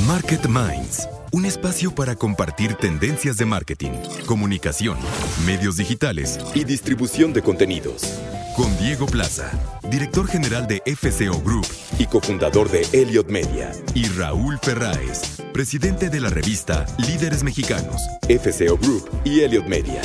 Market Minds, un espacio para compartir tendencias de marketing, comunicación, medios digitales y distribución de contenidos. Con Diego Plaza, director general de FCO Group y cofundador de Elliott Media, y Raúl Ferráez, presidente de la revista Líderes Mexicanos, FCO Group y Elliott Media.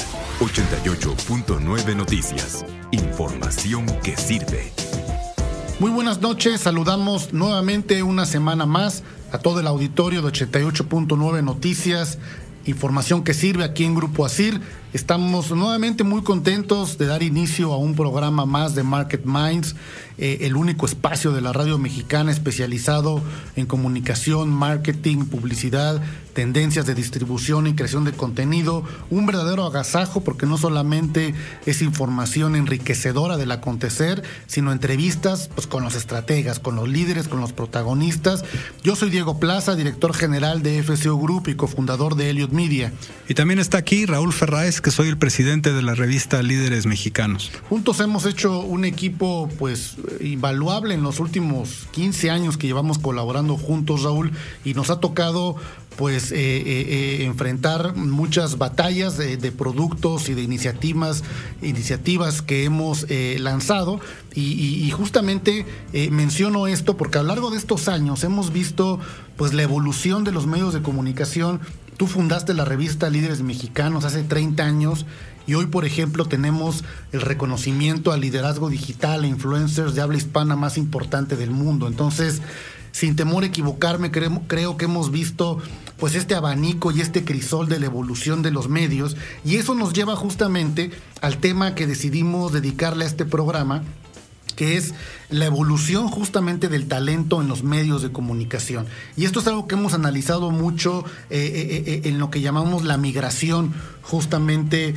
88.9 Noticias. Información que sirve. Muy buenas noches, saludamos nuevamente una semana más a todo el auditorio de 88.9 Noticias, información que sirve aquí en Grupo ASIR. Estamos nuevamente muy contentos de dar inicio a un programa más de Market Minds, el único espacio de la radio mexicana especializado en comunicación, marketing, publicidad, tendencias de distribución y creación de contenido. Un verdadero agasajo porque no solamente es información enriquecedora del acontecer, sino entrevistas pues, con los estrategas, con los líderes, con los protagonistas. Yo soy Diego Plaza, director general de FCO Group y cofundador de Elliott Media. Y también está aquí Raúl Ferráez, que soy el presidente de la revista Líderes Mexicanos. Juntos hemos hecho un equipo pues invaluable en los últimos 15 años que llevamos colaborando juntos, Raúl, y nos ha tocado pues enfrentar muchas batallas de productos y de iniciativas que hemos lanzado y justamente menciono esto porque a lo largo de estos años hemos visto pues la evolución de los medios de comunicación. Tú fundaste la revista Líderes Mexicanos hace 30 años y hoy, por ejemplo, tenemos el reconocimiento al liderazgo digital e influencers de habla hispana más importante del mundo. Entonces, sin temor a equivocarme, creo que hemos visto pues este abanico y este crisol de la evolución de los medios, y eso nos lleva justamente al tema que decidimos dedicarle a este programa, que es la evolución justamente del talento en los medios de comunicación. Y esto es algo que hemos analizado mucho en lo que llamamos la migración justamente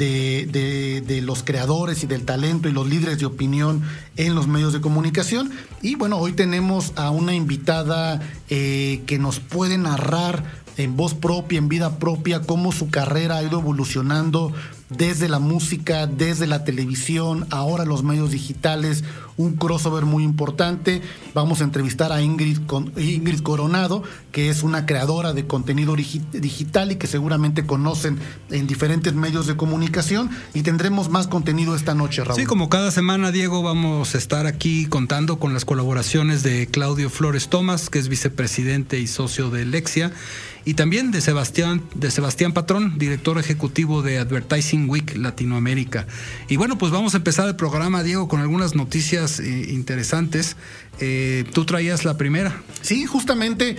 de los creadores y del talento y los líderes de opinión en los medios de comunicación. Y bueno, hoy tenemos a una invitada que nos puede narrar en voz propia, en vida propia, cómo su carrera ha ido evolucionando desde la música, desde la televisión, ahora los medios digitales, un crossover muy importante. Vamos a entrevistar a Ingrid Coronado, que es una creadora de contenido digital y que seguramente conocen en diferentes medios de comunicación, y tendremos más contenido esta noche, Raúl. Sí, como cada semana, Diego, vamos a estar aquí contando con las colaboraciones de Claudio Flores Tomás, que es vicepresidente y socio de Lexia, y también de Sebastián Patrón, director ejecutivo de Advertising Week Latinoamérica. Y bueno, pues vamos a empezar el programa, Diego, con algunas noticias interesantes. Tú traías la primera. Sí, justamente,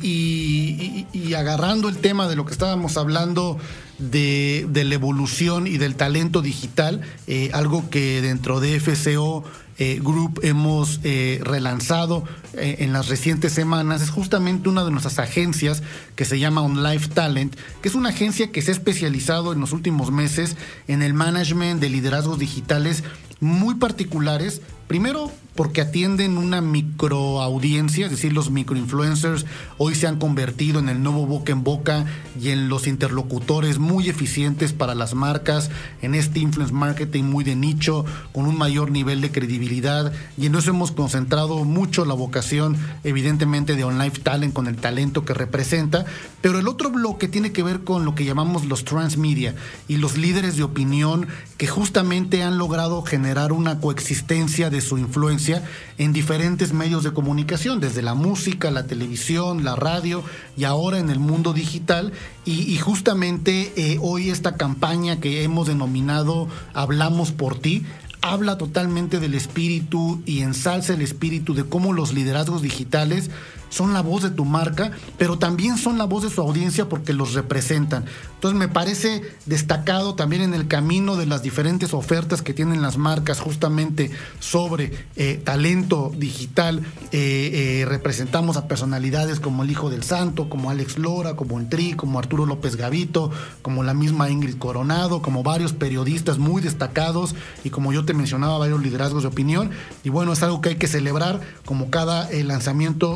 y agarrando el tema de lo que estábamos hablando de la evolución y del talento digital, algo que dentro de FCO Group hemos relanzado en las recientes semanas, es justamente una de nuestras agencias que se llama On Life Talent, que es una agencia que se ha especializado en los últimos meses en el management de liderazgos digitales muy particulares. Primero, porque atienden una microaudiencia, es decir, los microinfluencers hoy se han convertido en el nuevo boca en boca y en los interlocutores muy eficientes para las marcas, en este influence marketing muy de nicho, con un mayor nivel de credibilidad, y en eso hemos concentrado mucho la vocación, evidentemente, de On Life Talent, con el talento que representa. Pero el otro bloque tiene que ver con lo que llamamos los transmedia y los líderes de opinión que justamente han logrado generar una coexistencia de su influencia en diferentes medios de comunicación, desde la música, la televisión, la radio y ahora en el mundo digital. Y justamente hoy esta campaña que hemos denominado Hablamos por ti habla totalmente del espíritu y ensalza el espíritu de cómo los liderazgos digitales son la voz de tu marca, pero también son la voz de su audiencia porque los representan. Entonces me parece destacado también en el camino de las diferentes ofertas que tienen las marcas justamente sobre talento digital. Representamos a personalidades como el Hijo del Santo, como Alex Lora, como el Tri, como Arturo López Gavito, como la misma Ingrid Coronado, como varios periodistas muy destacados y, como yo te mencionaba, varios liderazgos de opinión. Y bueno, es algo que hay que celebrar como cada lanzamiento de una nueva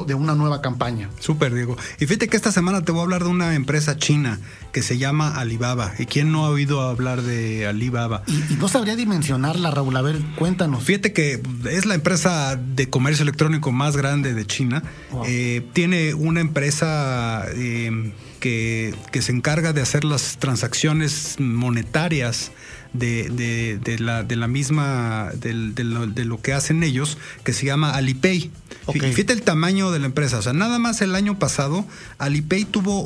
nueva campaña. Súper, Diego. Y fíjate que esta semana te voy a hablar de una empresa china que se llama Alibaba. ¿Y quién no ha oído hablar de Alibaba? Y no sabría dimensionarla, Raúl. A ver, cuéntanos. Fíjate que es la empresa de comercio electrónico más grande de China. Wow. Tiene una empresa que se encarga de hacer las transacciones monetarias de lo que hacen ellos, que se llama Alipay. Okay. Fíjate el tamaño de la empresa. O sea, nada más el año pasado Alipay tuvo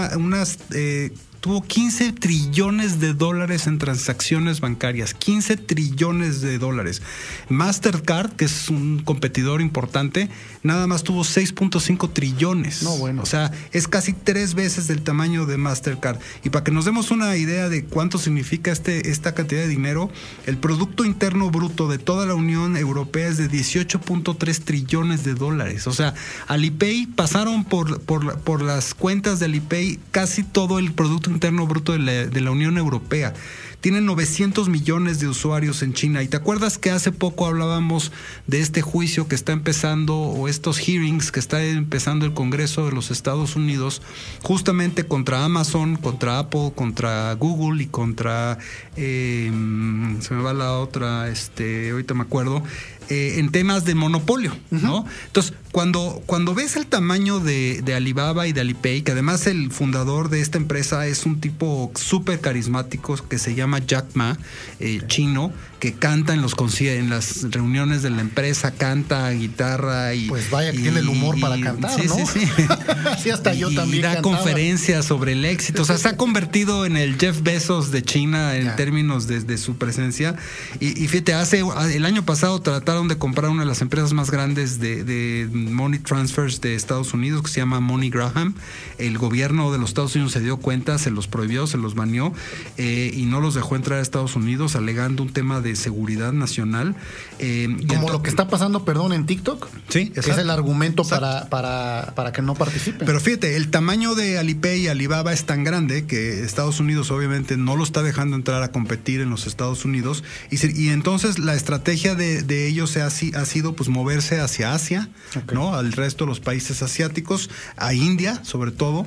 tuvo 15 trillones de dólares en transacciones bancarias. 15 trillones de dólares. Mastercard, que es un competidor importante, nada más tuvo 6.5 trillones. No, bueno. O sea, es casi 3 veces del tamaño de Mastercard. Y para que nos demos una idea de cuánto significa esta cantidad de dinero, el Producto Interno Bruto de toda la Unión Europea es de 18.3 trillones de dólares. O sea, Alipay pasaron por las cuentas de Alipay casi todo el Producto Interno Bruto de la Unión Europea. Tienen 900 millones de usuarios en China. ¿Y te acuerdas que hace poco hablábamos de este juicio que está empezando, o estos hearings que está empezando el Congreso de los Estados Unidos, justamente contra Amazon, contra Apple, contra Google y contra se me va la otra, ahorita me acuerdo, en temas de monopolio, ¿no? Entonces, cuando ves el tamaño de Alibaba y de Alipay, que además el fundador de esta empresa es un tipo súper carismático que se llama Jack Ma, chino, que canta en las reuniones de la empresa, canta guitarra y... Pues vaya, que tiene el humor para cantar, sí, ¿no? Sí. Sí, hasta yo también da cantaba. conferencias sobre el éxito. O sea, se ha convertido en el Jeff Bezos de China en términos de su presencia. Y fíjate, el año pasado trataron de comprar una de las empresas más grandes de money transfers de Estados Unidos, que se llama MoneyGram. El gobierno de los Estados Unidos se dio cuenta, se los prohibió, se los baneó y no los dejó entrar a Estados Unidos, alegando un tema de seguridad nacional. Como lo que está pasando, en TikTok. Sí, exacto. Que es el argumento para que no participen. Pero fíjate, el tamaño de Alipay y Alibaba es tan grande que Estados Unidos obviamente no lo está dejando entrar a competir en los Estados Unidos. Y entonces la estrategia de ellos ha sido pues moverse hacia Asia, okay, ¿no? Al resto de los países asiáticos, a India sobre todo,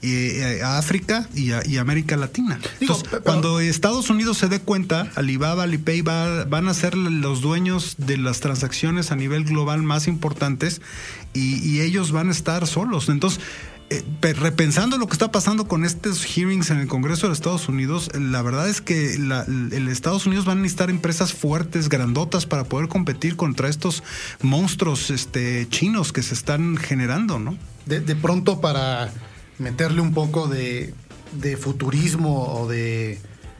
a África y a América Latina. Entonces, cuando Estados Unidos se dé cuenta, Alibaba, Alipay van a ser los dueños de las transacciones a nivel global más importantes y ellos van a estar solos. Entonces, repensando lo que está pasando con estos hearings en el Congreso de Estados Unidos, la verdad es que el Estados Unidos van a necesitar empresas fuertes, grandotas, para poder competir contra estos monstruos chinos que se están generando, ¿no? De pronto, para meterle un poco de futurismo o de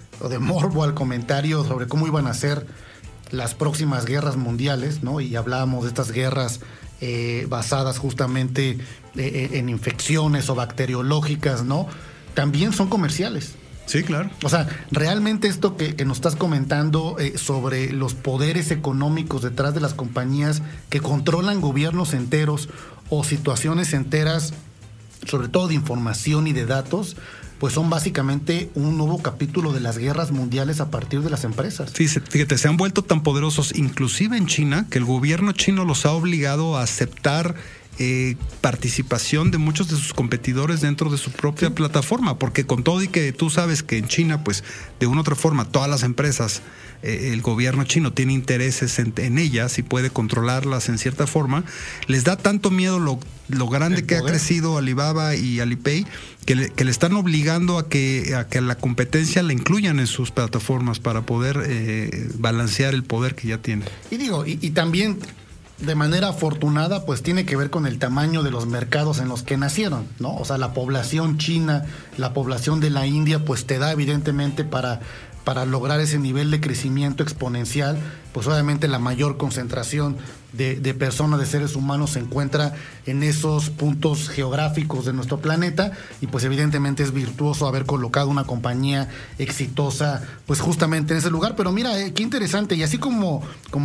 morbo al comentario sobre cómo iban a ser las próximas guerras mundiales, ¿no? Y hablábamos de estas guerras basadas justamente en infecciones o bacteriológicas, ¿no? También son comerciales. Sí, claro. O sea, realmente esto que nos estás comentando sobre los poderes económicos detrás de las compañías que controlan gobiernos enteros o situaciones enteras, sobre todo de información y de datos, pues son básicamente un nuevo capítulo de las guerras mundiales a partir de las empresas. Sí, fíjate, se han vuelto tan poderosos, inclusive en China, que el gobierno chino los ha obligado a aceptar participación de muchos de sus competidores dentro de su propia plataforma, porque con todo y que tú sabes que en China, pues de una u otra forma, todas las empresas, el gobierno chino tiene intereses en ellas y puede controlarlas en cierta forma, les da tanto miedo lo grande que ha crecido Alibaba y Alipay, que le están obligando a que la competencia la incluyan en sus plataformas para poder balancear el poder que ya tiene. Y también, de manera afortunada, pues tiene que ver con el tamaño de los mercados en los que nacieron, ¿no? O sea, la población china, la población de la India, pues te da evidentemente para lograr ese nivel de crecimiento exponencial, pues obviamente la mayor concentración de personas, de seres humanos, se encuentra en esos puntos geográficos de nuestro planeta, y pues evidentemente es virtuoso haber colocado una compañía exitosa pues justamente en ese lugar. Pero mira, qué interesante, y así como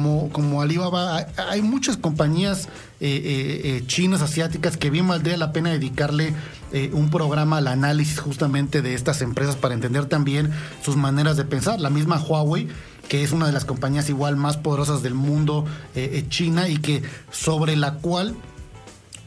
Alibaba, hay muchas compañías chinas, asiáticas, que bien valdría la pena dedicarle un programa al análisis justamente de estas empresas para entender también sus maneras de pensar. La misma Huawei, que es una de las compañías igual más poderosas del mundo, China, y que sobre la cual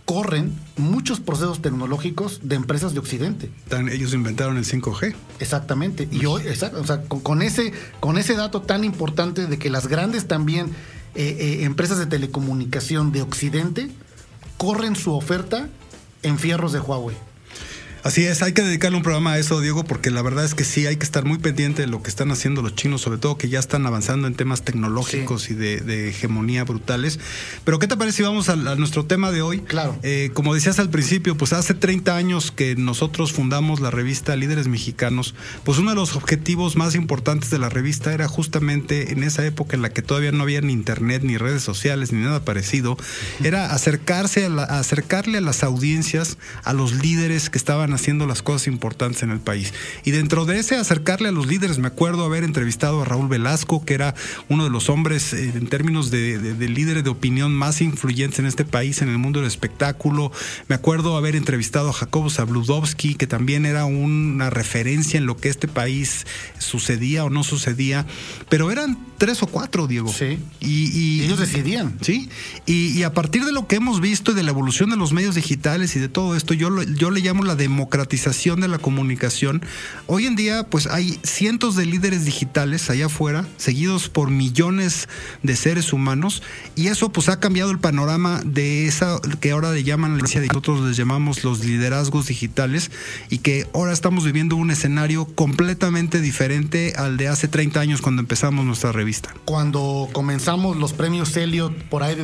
corren muchos procesos tecnológicos de empresas de Occidente. Ellos inventaron el 5G. Exactamente. Y hoy, o sea, con ese dato tan importante de que las grandes también empresas de telecomunicación de Occidente corren su oferta en fierros de Huawei. Así es, hay que dedicarle un programa a eso, Diego, porque la verdad es que sí, hay que estar muy pendiente de lo que están haciendo los chinos, sobre todo que ya están avanzando en temas tecnológicos y de hegemonía brutales. Pero ¿qué te parece si vamos a nuestro tema de hoy? Claro. Como decías al principio, pues hace 30 años que nosotros fundamos la revista Líderes Mexicanos, pues uno de los objetivos más importantes de la revista era justamente en esa época en la que todavía no había ni internet, ni redes sociales, ni nada parecido, era acercarle a las audiencias, a los líderes que estaban haciendo las cosas importantes en el país. Y dentro de ese acercarle a los líderes, me acuerdo haber entrevistado a Raúl Velasco, que era uno de los hombres en términos de líderes de opinión más influyentes en este país, en el mundo del espectáculo. Me acuerdo haber entrevistado a Jacobo Zabludovsky, que también era una referencia en lo que este país sucedía o no sucedía, pero eran 3 o 4, Diego. Sí. Y ellos decidían. Sí. Y a partir de lo que hemos visto y de la evolución de los medios digitales y de todo esto, yo le llamo la democratización de la comunicación. Hoy en día, pues hay cientos de líderes digitales allá afuera, seguidos por millones de seres humanos, y eso pues ha cambiado el panorama de esa que ahora le llaman, nosotros les llamamos los liderazgos digitales, y que ahora estamos viviendo un escenario completamente diferente al de hace 30 años cuando empezamos nuestra revista. Cuando comenzamos los premios Elliot por ahí de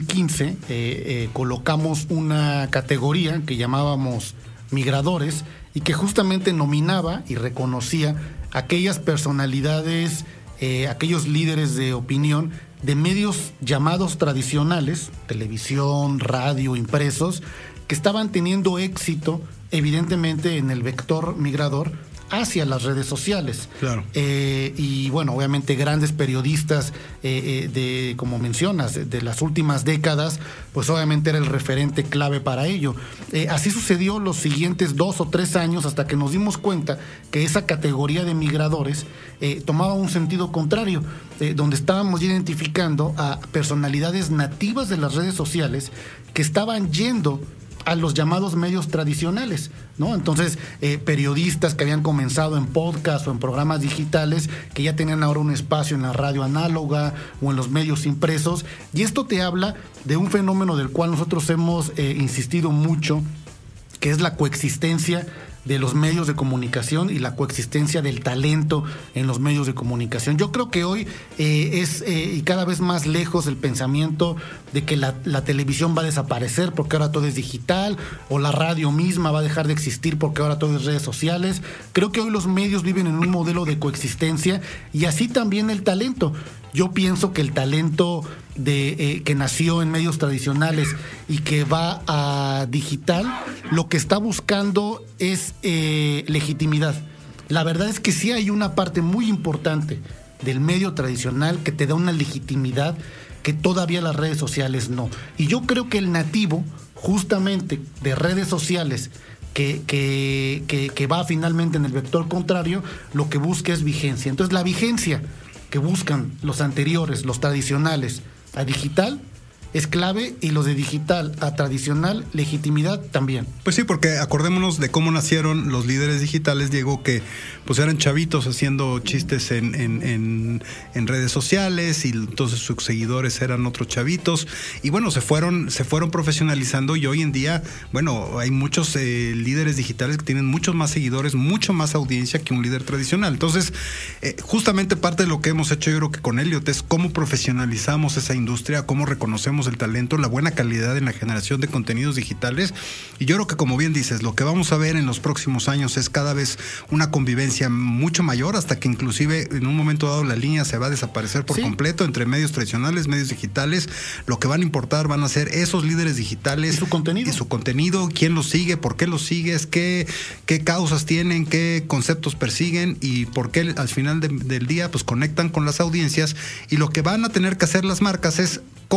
2015, colocamos una categoría que llamábamos Migradores, y que justamente nominaba y reconocía aquellas personalidades, aquellos líderes de opinión de medios llamados tradicionales, televisión, radio, impresos, que estaban teniendo éxito evidentemente en el vector migrador hacia las redes sociales. Claro. Y bueno, obviamente grandes periodistas como mencionas, de las últimas décadas, pues obviamente era el referente clave para ello. Así sucedió los siguientes 2 o 3 años hasta que nos dimos cuenta que esa categoría de migradores tomaba un sentido contrario, donde estábamos identificando a personalidades nativas de las redes sociales que estaban yendo a los llamados medios tradicionales, ¿no? Entonces, periodistas que habían comenzado en podcast o en programas digitales, que ya tenían ahora un espacio en la radio análoga o en los medios impresos, y esto te habla de un fenómeno del cual nosotros hemos insistido mucho, que es la coexistencia de los medios de comunicación y la coexistencia del talento en los medios de comunicación. Yo creo que hoy es y cada vez más lejos el pensamiento de que la televisión va a desaparecer porque ahora todo es digital, o la radio misma va a dejar de existir porque ahora todo es redes sociales. Creo que hoy los medios viven en un modelo de coexistencia, y así también el talento. Yo pienso que el talento que nació en medios tradicionales y que va a digital, lo que está buscando es legitimidad. La verdad es que sí hay una parte muy importante del medio tradicional que te da una legitimidad que todavía las redes sociales no. Y yo creo que el nativo, justamente de redes sociales, que va finalmente en el vector contrario, lo que busca es vigencia. Entonces, la vigencia que buscan los anteriores, los tradicionales, a digital, es clave, y los de digital a tradicional, legitimidad también. Pues sí, porque acordémonos de cómo nacieron los líderes digitales, Diego, que pues eran chavitos haciendo chistes en redes sociales, y entonces sus seguidores eran otros chavitos, y bueno, se fueron profesionalizando, y hoy en día, bueno, hay muchos líderes digitales que tienen muchos más seguidores, mucho más audiencia que un líder tradicional. Entonces, justamente parte de lo que hemos hecho, yo creo que con Elliot, es cómo profesionalizamos esa industria, cómo reconocemos el talento, la buena calidad en la generación de contenidos digitales. Y yo creo que, como bien dices, lo que vamos a ver en los próximos años es cada vez una convivencia mucho mayor, hasta que inclusive en un momento dado la línea se va a desaparecer por completo entre medios tradicionales, medios digitales. Lo que van a importar van a ser esos líderes digitales y su contenido, quién los sigue, por qué los sigues, qué causas tienen, qué conceptos persiguen, y por qué al final del día pues conectan con las audiencias. Y lo que van a tener que hacer las marcas es cómo llegan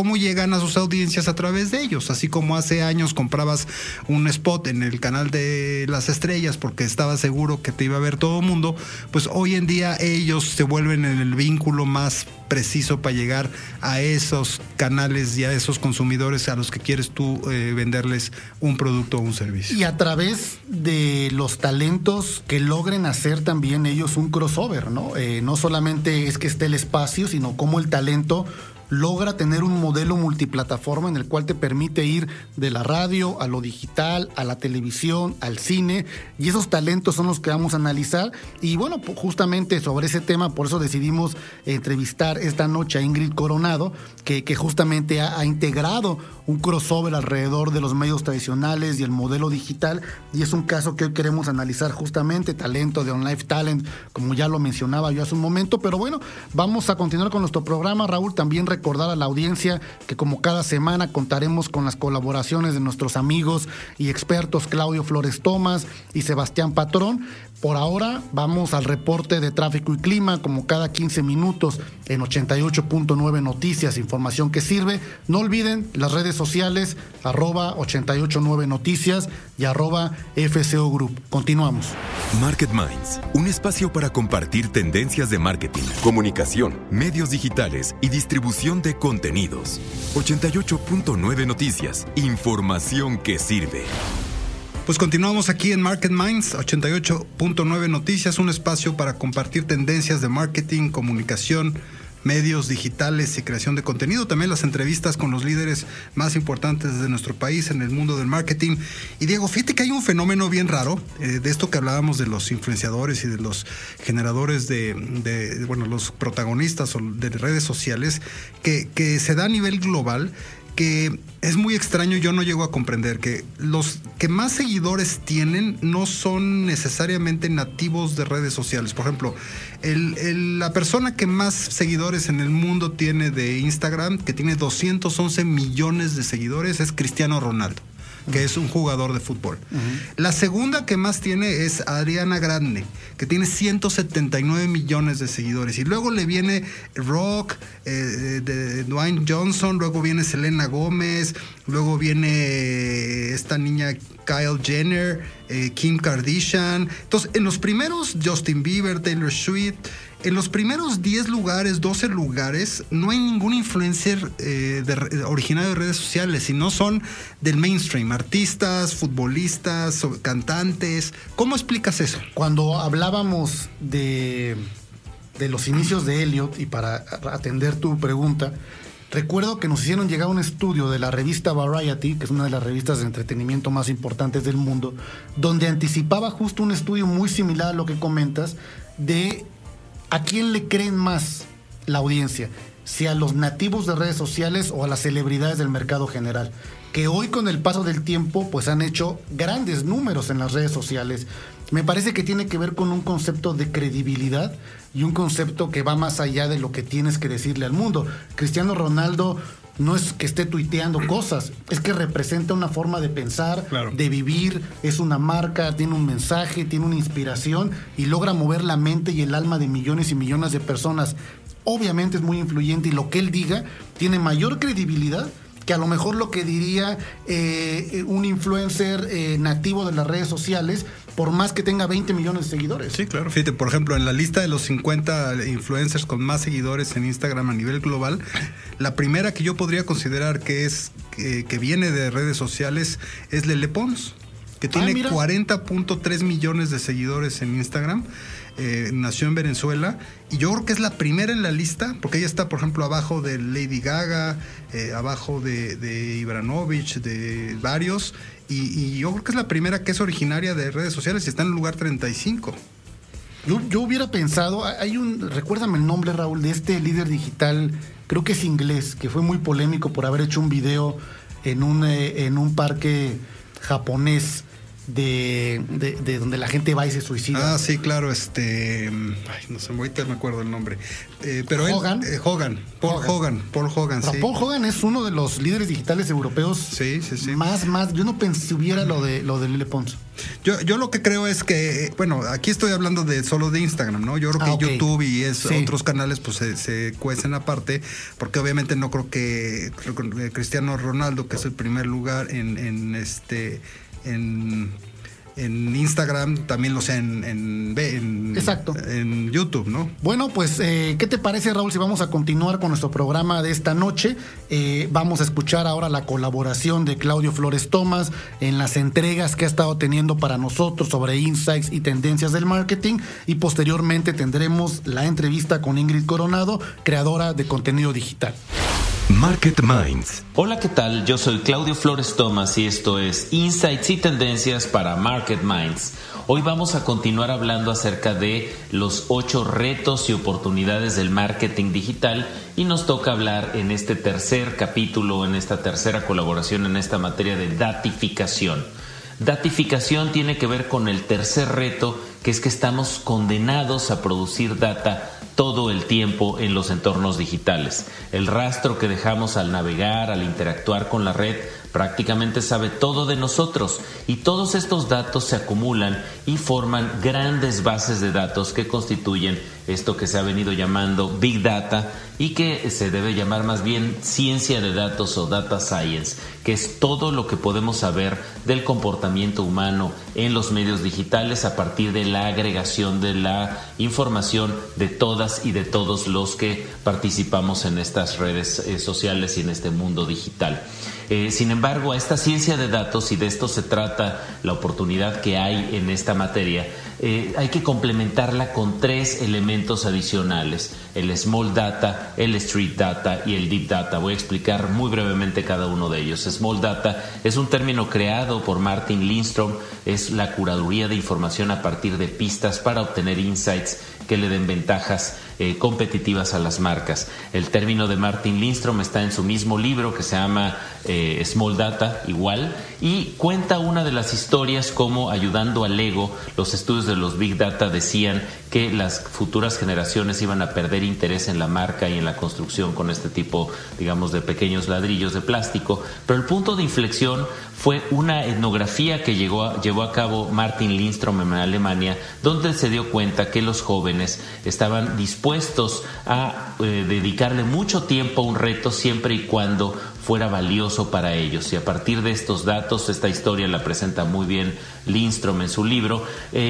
gana sus audiencias a través de ellos, así como hace años comprabas un spot en el canal de las estrellas porque estabas seguro que te iba a ver todo el mundo, pues hoy en día ellos se vuelven en el vínculo más preciso para llegar a esos canales y a esos consumidores a los que quieres tú venderles un producto o un servicio. Y a través de los talentos que logren hacer también ellos un crossover, ¿no? No solamente es que esté el espacio, sino cómo el talento logra tener un modelo multiplataforma en el cual te permite ir de la radio a lo digital, a la televisión, al cine, y esos talentos son los que vamos a analizar. Y bueno, justamente sobre ese tema, por eso decidimos entrevistar esta noche a Ingrid Coronado, que justamente ha integrado un crossover alrededor de los medios tradicionales y el modelo digital, y es un caso que hoy queremos analizar justamente, talento de OnLive Talent, como ya lo mencionaba yo hace un momento. Pero bueno, vamos a continuar con nuestro programa, Raúl. También recordar a la audiencia que como cada semana contaremos con las colaboraciones de nuestros amigos y expertos Claudio Flores Tomás y Sebastián Patrón. Por ahora vamos al reporte de tráfico y clima, como cada 15 minutos en 88.9 Noticias, información que sirve. No olviden las redes sociales, @889 Noticias y @FCO Group. Continuamos. Market Minds, un espacio para compartir tendencias de marketing, comunicación, medios digitales y distribución de contenidos. 88.9 Noticias, información que sirve. Pues continuamos aquí en Market Minds, 88.9 Noticias, un espacio para compartir tendencias de marketing, comunicación, medios digitales y creación de contenido. También las entrevistas con los líderes más importantes de nuestro país en el mundo del marketing. Y Diego, fíjate que hay un fenómeno bien raro, de esto que hablábamos de los influenciadores y de los generadores bueno, los protagonistas de redes sociales, que se da a nivel global, que es muy extraño. Yo no llego a comprender que los que más seguidores tienen no son necesariamente nativos de redes sociales. Por ejemplo, la persona que más seguidores en el mundo tiene de Instagram, que tiene 211 millones de seguidores, es Cristiano Ronaldo, que es un jugador de fútbol. La segunda que más tiene es Ariana Grande, que tiene 179 millones de seguidores. Y luego le viene Rock, de Dwayne Johnson, luego viene Selena Gómez, luego viene esta niña Kyle Jenner, Kim Kardashian. Entonces, en los primeros, Justin Bieber, Taylor Swift. En los primeros 10 lugares, 12 lugares, no hay ningún influencer originario de redes sociales, sino son del mainstream, artistas, futbolistas, cantantes. ¿Cómo explicas eso? Cuando hablábamos de los inicios de Elliot, y para atender tu pregunta, recuerdo que nos hicieron llegar un estudio de la revista Variety, que es una de las revistas de entretenimiento más importantes del mundo, donde anticipaba justo un estudio muy similar a lo que comentas, de ¿a quién le creen más la audiencia? Si a los nativos de redes sociales o a las celebridades del mercado general, que hoy con el paso del tiempo pues han hecho grandes números en las redes sociales. Me parece que tiene que ver con un concepto de credibilidad y un concepto que va más allá de lo que tienes que decirle al mundo. Cristiano Ronaldo no es que esté tuiteando cosas, es que representa una forma de pensar, claro, de vivir, es una marca, tiene un mensaje, tiene una inspiración y logra mover la mente y el alma de millones y millones de personas. Obviamente es muy influyente y lo que él diga tiene mayor credibilidad que a lo mejor lo que diría un influencer nativo de las redes sociales, por más que tenga 20 millones de seguidores. Sí, claro. Fíjate, por ejemplo, en la lista de los 50 influencers con más seguidores en Instagram a nivel global, la primera que yo podría considerar que viene de redes sociales es Lele Pons, que tiene 40.3 millones de seguidores en Instagram. Nació en Venezuela y yo creo que es la primera en la lista, porque ella está, por ejemplo, abajo de Lady Gaga, abajo de Ibrahimovic, de varios, y yo creo que es la primera que es originaria de redes sociales y está en el lugar 35. Yo hubiera pensado, recuérdame el nombre, Raúl, de este líder digital, creo que es inglés, que fue muy polémico por haber hecho un video en un parque japonés, de donde la gente va y se suicida. Sí, claro, no sé, ahorita me acuerdo el nombre. Pero Hogan. Paul Hogan, Pero sí. Paul Hogan es uno de los líderes digitales europeos. Sí. Más, yo no pensé que hubiera lo de Lele Pons. Yo lo que creo es que, bueno, aquí estoy hablando solo de Instagram, ¿no? Yo creo que okay. YouTube y otros canales pues se cuecen aparte, porque obviamente no creo que Cristiano Ronaldo, que es el primer lugar en Instagram, también lo sea Exacto. en YouTube, ¿no? Bueno, pues, ¿qué te parece, Raúl, si vamos a continuar con nuestro programa de esta noche? Vamos a escuchar ahora la colaboración de Claudio Flores Tomás en las entregas que ha estado teniendo para nosotros sobre insights y tendencias del marketing, y posteriormente tendremos la entrevista con Ingrid Coronado, creadora de contenido digital. Market Minds. Hola, ¿qué tal? Yo soy Claudio Flores Tomás y esto es Insights y Tendencias para Market Minds. Hoy vamos a continuar hablando acerca de los 8 retos y oportunidades del marketing digital, y nos toca hablar en este tercer capítulo, en esta tercera colaboración en esta materia de datificación. Datificación tiene que ver con el tercer reto, que es que estamos condenados a producir data todo el tiempo en los entornos digitales. El rastro que dejamos al navegar, al interactuar con la red, prácticamente sabe todo de nosotros, y todos estos datos se acumulan y forman grandes bases de datos que constituyen esto que se ha venido llamando Big Data, y que se debe llamar más bien ciencia de datos o Data Science, que es todo lo que podemos saber del comportamiento humano en los medios digitales a partir de la agregación de la información de todas y de todos los que participamos en estas redes sociales y en este mundo digital. Sin embargo, a esta ciencia de datos, y de esto se trata la oportunidad que hay en esta materia, hay que complementarla con 3 elementos adicionales: el Small Data, el Street Data y el Deep Data. Voy a explicar muy brevemente cada uno de ellos. Small Data es un término creado por Martin Lindstrom, es la curaduría de información a partir de pistas para obtener insights que le den ventajas competitivas a las marcas. El término de Martin Lindstrom está en su mismo libro, que se llama Small Data, igual, y cuenta una de las historias como, ayudando al ego, los estudios de los Big Data decían que las futuras generaciones iban a perder interés en la marca y en la construcción con este tipo, digamos, de pequeños ladrillos de plástico. Pero el punto de inflexión fue una etnografía que llevó a cabo Martin Lindstrom en Alemania, donde se dio cuenta que los jóvenes estaban dispuestos a dedicarle mucho tiempo a un reto siempre y cuando fuera valioso para ellos. Y a partir de estos datos, esta historia la presenta muy bien Lindstrom en su libro,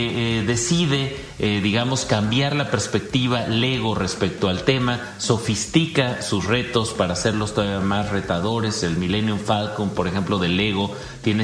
decide, cambiar la perspectiva Lego respecto al tema, sofistica sus retos para hacerlos todavía más retadores. El Millennium Falcon, por ejemplo, de Lego, tiene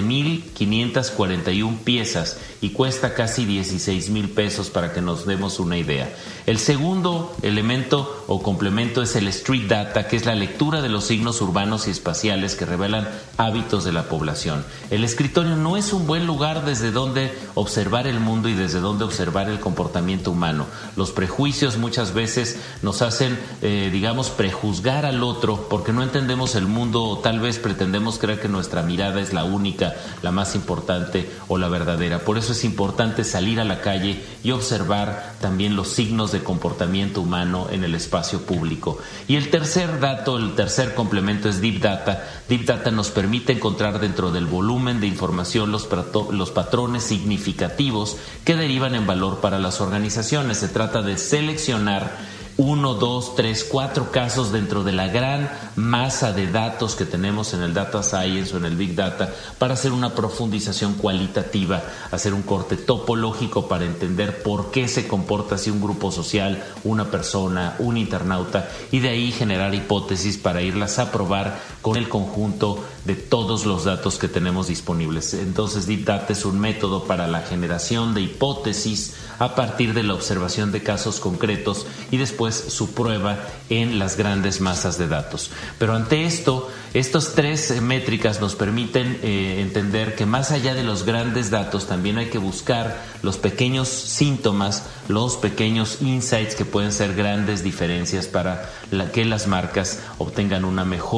7,541 piezas y cuesta casi 16,000 pesos, para que nos demos una idea. El segundo elemento o complemento es el Street Data, que es la lectura de los signos urbanos y espaciales que revelan hábitos de la población. El escritorio no es un buen lugar desde donde observar el mundo y desde donde observar el comportamiento humano. Los prejuicios muchas veces nos hacen, prejuzgar al otro porque no entendemos el mundo, o tal vez pretendemos creer que nuestra mirada es la única, la más importante o la verdadera. Por eso es importante salir a la calle y observar también los signos de comportamiento humano en el espacio público. Y el tercer dato, el tercer complemento es Deep Data. Deep Data nos permite encontrar dentro del volumen de información los patrones significativos que derivan en valor para las organizaciones. Se trata de seleccionar 1, 2, 3, 4 casos dentro de la gran masa de datos que tenemos en el Data Science o en el Big Data, para hacer una profundización cualitativa, hacer un corte topológico para entender por qué se comporta así un grupo social, una persona, un internauta, y de ahí generar hipótesis para irlas a probar con el conjunto de todos los datos que tenemos disponibles. Entonces, Deep Data es un método para la generación de hipótesis a partir de la observación de casos concretos y después su prueba en las grandes masas de datos. Pero ante esto, estas 3 métricas nos permiten entender que más allá de los grandes datos también hay que buscar los pequeños síntomas, los pequeños insights que pueden ser grandes diferencias para que las marcas obtengan una mejor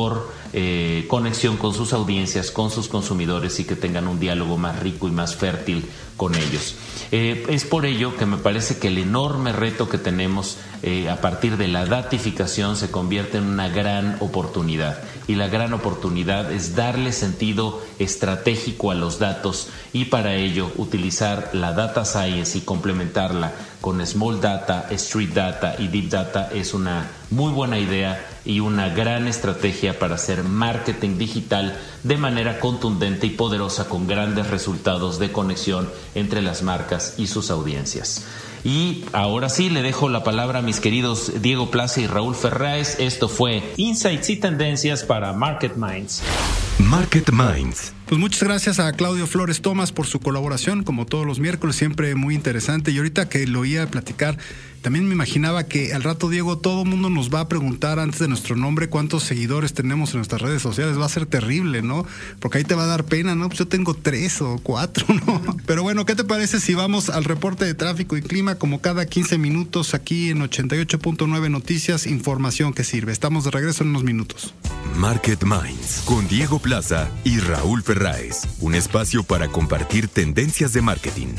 conexión con sus audiencias, con sus consumidores y que tengan un diálogo más rico y más fértil con ellos. Es por ello que me parece que el enorme reto que tenemos a partir de la datificación se convierte en una gran oportunidad, y la gran oportunidad es darle sentido estratégico a los datos, y para ello utilizar la data science y complementarla con small data, street data y deep data es una muy buena idea y una gran estrategia para hacer marketing digital de manera contundente y poderosa, con grandes resultados de conexión entre las marcas y sus audiencias. Y ahora sí, le dejo la palabra a mis queridos Diego Plaza y Raúl Ferráez. Esto fue Insights y Tendencias para Market Minds. Market Minds. Pues muchas gracias a Claudio Flores Thomas por su colaboración, como todos los miércoles, siempre muy interesante. Y ahorita que lo oía platicar, también me imaginaba que al rato, Diego, todo el mundo nos va a preguntar antes de nuestro nombre cuántos seguidores tenemos en nuestras redes sociales. Va a ser terrible, ¿no? Porque ahí te va a dar pena, ¿no? Pues yo tengo 3 o 4, ¿no? Pero bueno, ¿qué te parece si vamos al reporte de tráfico y clima como cada 15 minutos aquí en 88.9 Noticias, información que sirve? Estamos de regreso en unos minutos. Market Minds con Diego Plaza y Raúl Ferráez. Un espacio para compartir tendencias de marketing.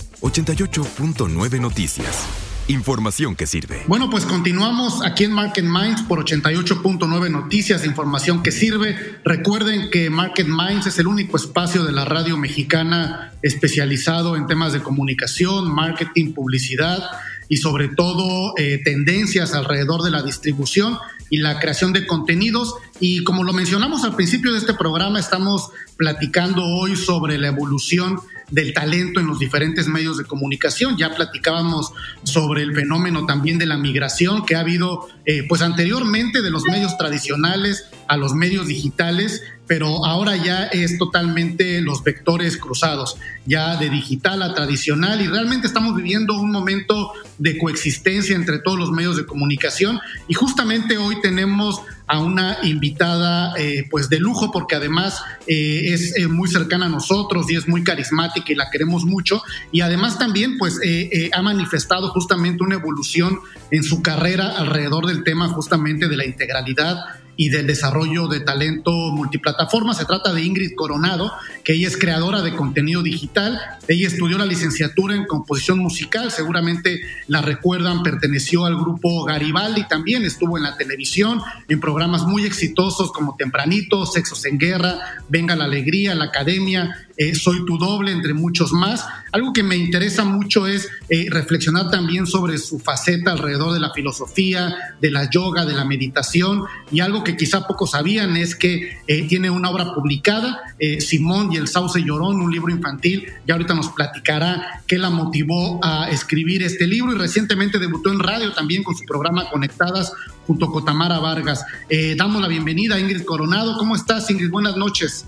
88.9 Noticias. Información que sirve. Bueno, pues continuamos aquí en Market Minds por 88.9 Noticias, información que sirve. Recuerden que Market Minds es el único espacio de la radio mexicana especializado en temas de comunicación, marketing, publicidad y sobre todo tendencias alrededor de la distribución y la creación de contenidos. Y como lo mencionamos al principio de este programa, estamos platicando hoy sobre la evolución del talento en los diferentes medios de comunicación. Ya platicábamos sobre el fenómeno también de la migración que ha habido pues anteriormente de los medios tradicionales a los medios digitales, pero ahora ya es totalmente los vectores cruzados, ya de digital a tradicional, y realmente estamos viviendo un momento de coexistencia entre todos los medios de comunicación. Y justamente hoy tenemos a una invitada pues de lujo, porque además es muy cercana a nosotros y es muy carismática y la queremos mucho, y además también pues ha manifestado justamente una evolución en su carrera alrededor del tema justamente de la integralidad y del desarrollo de talento multiplataforma. Se trata de Ingrid Coronado, que ella es creadora de contenido digital. Ella estudió la licenciatura en composición musical, seguramente la recuerdan, perteneció al grupo Garibaldi, también estuvo en la televisión, en programas muy exitosos como Tempranito, Sexos en Guerra, Venga la Alegría, La Academia, Soy tu doble, entre muchos más. Algo que me interesa mucho es reflexionar también sobre su faceta alrededor de la filosofía, de la yoga, de la meditación, y algo que quizá pocos sabían es que tiene una obra publicada, Simón y el Sauce Llorón, un libro infantil. Ya ahorita nos platicará qué la motivó a escribir este libro, y recientemente debutó en radio también con su programa Conectadas junto con Tamara Vargas. Damos la bienvenida a Ingrid Coronado. ¿Cómo estás, Ingrid? Buenas noches.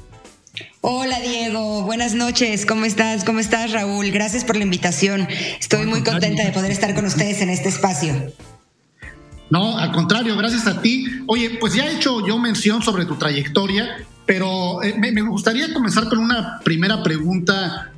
Hola Diego, buenas noches, ¿cómo estás? ¿Cómo estás, Raúl? Gracias por la invitación. Estoy muy contenta de poder estar con ustedes en este espacio. No, al contrario, gracias a ti. Oye, pues ya he hecho yo mención sobre tu trayectoria, pero me gustaría comenzar con una primera pregunta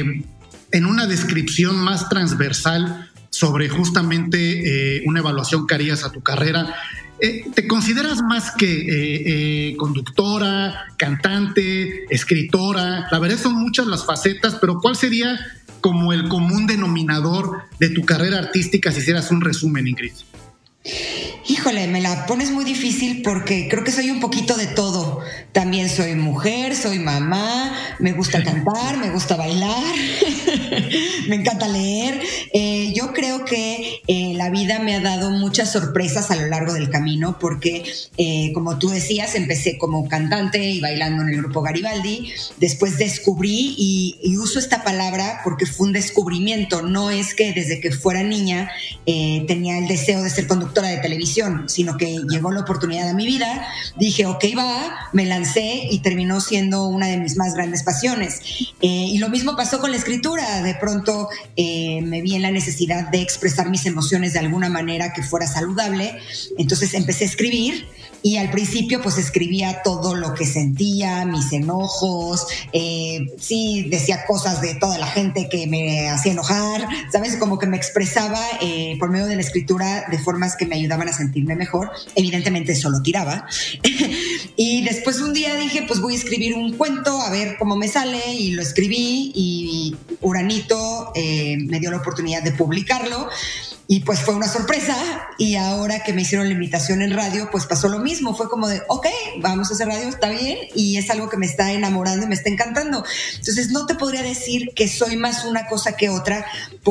en una descripción más transversal sobre justamente una evaluación que harías a tu carrera. ¿Te consideras más que conductora, cantante, escritora? La verdad son muchas las facetas, pero ¿cuál sería como el común denominador de tu carrera artística si hicieras un resumen, Ingrid? Híjole, me la pones muy difícil porque creo que soy un poquito de todo. También soy mujer, soy mamá, me gusta cantar, me gusta bailar, me encanta leer. Yo creo que la vida me ha dado muchas sorpresas a lo largo del camino porque, como tú decías, empecé como cantante y bailando en el grupo Garibaldi. Después descubrí, y uso esta palabra porque fue un descubrimiento. No es que desde que fuera niña tenía el deseo de ser conductora de televisión, sino que llegó la oportunidad a mi vida, dije, ok, va, me lancé y terminó siendo una de mis más grandes pasiones. Y lo mismo pasó con la escritura. De pronto me vi en la necesidad de expresar mis emociones situaciones de alguna manera que fuera saludable. Entonces empecé a escribir y al principio pues escribía todo lo que sentía, mis enojos, sí decía cosas de toda la gente que me hacía enojar, ¿sabes? Como que me expresaba por medio de la escritura de formas que me ayudaban a sentirme mejor. Evidentemente eso lo tiraba. Y después un día dije, pues voy a escribir un cuento, a ver cómo me sale, y lo escribí y Uranito me dio la oportunidad de publicarlo. Y pues fue una sorpresa, y ahora que me hicieron la invitación en radio, pues pasó lo mismo. Fue como de, ok, vamos a hacer radio, está bien, y es algo que me está enamorando y me está encantando. Entonces no te podría decir que soy más una cosa que otra,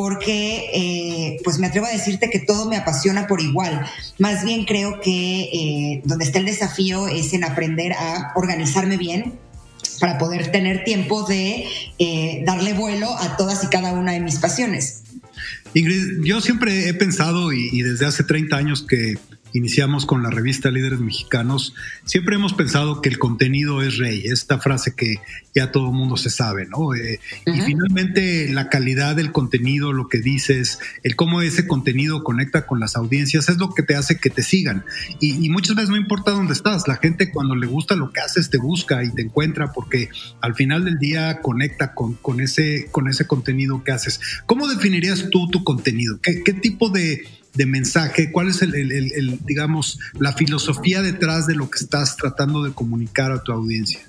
porque pues me atrevo a decirte que todo me apasiona por igual. Más bien creo que donde está el desafío es en aprender a organizarme bien para poder tener tiempo de darle vuelo a todas y cada una de mis pasiones. Ingrid, yo siempre he pensado, y desde hace 30 años que iniciamos con la revista Líderes Mexicanos, siempre hemos pensado que el contenido es rey, esta frase que ya todo el mundo se sabe, ¿no? Y finalmente la calidad del contenido, lo que dices, el cómo ese contenido conecta con las audiencias es lo que te hace que te sigan. Y muchas veces no importa dónde estás, la gente cuando le gusta lo que haces te busca y te encuentra, porque al final del día conecta con ese contenido que haces. ¿Cómo definirías tú tu contenido? ¿Qué tipo de mensaje? ¿Cuál es digamos, la filosofía detrás de lo que estás tratando de comunicar a tu audiencia?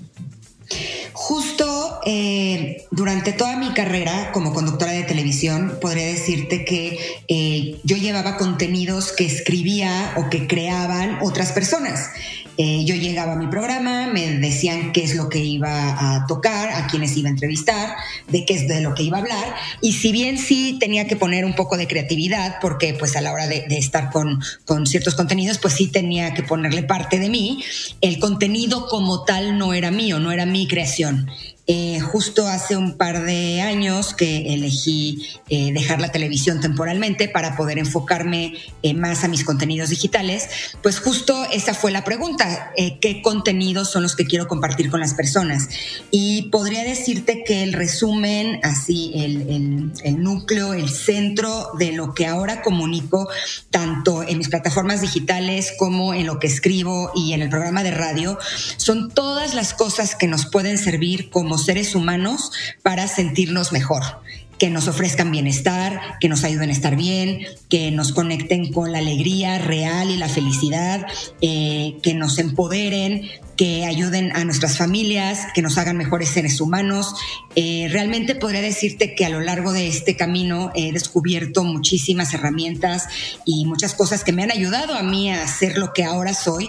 Justo durante toda mi carrera como conductora de televisión, podría decirte que yo llevaba contenidos que escribía o que creaban otras personas. Yo llegaba a mi programa, me decían qué es lo que iba a tocar, a quiénes iba a entrevistar, de qué es de lo que iba a hablar, y si bien sí tenía que poner un poco de creatividad, porque pues a la hora de estar con ciertos contenidos, pues sí tenía que ponerle parte de mí, el contenido como tal no era mío, no era mi creación. Justo hace un par de años que elegí dejar la televisión temporalmente para poder enfocarme más a mis contenidos digitales, pues justo esa fue la pregunta, ¿qué contenidos son los que quiero compartir con las personas? Y podría decirte que el resumen, así el núcleo, el centro de lo que ahora comunico, tanto en mis plataformas digitales como en lo que escribo y en el programa de radio, son todas las cosas que nos pueden servir como seres humanos para sentirnos mejor, que nos ofrezcan bienestar, que nos ayuden a estar bien, que nos conecten con la alegría real y la felicidad, que nos empoderen, que ayuden a nuestras familias, que nos hagan mejores seres humanos. Realmente podría decirte que a lo largo de este camino he descubierto muchísimas herramientas y muchas cosas que me han ayudado a mí a ser lo que ahora soy,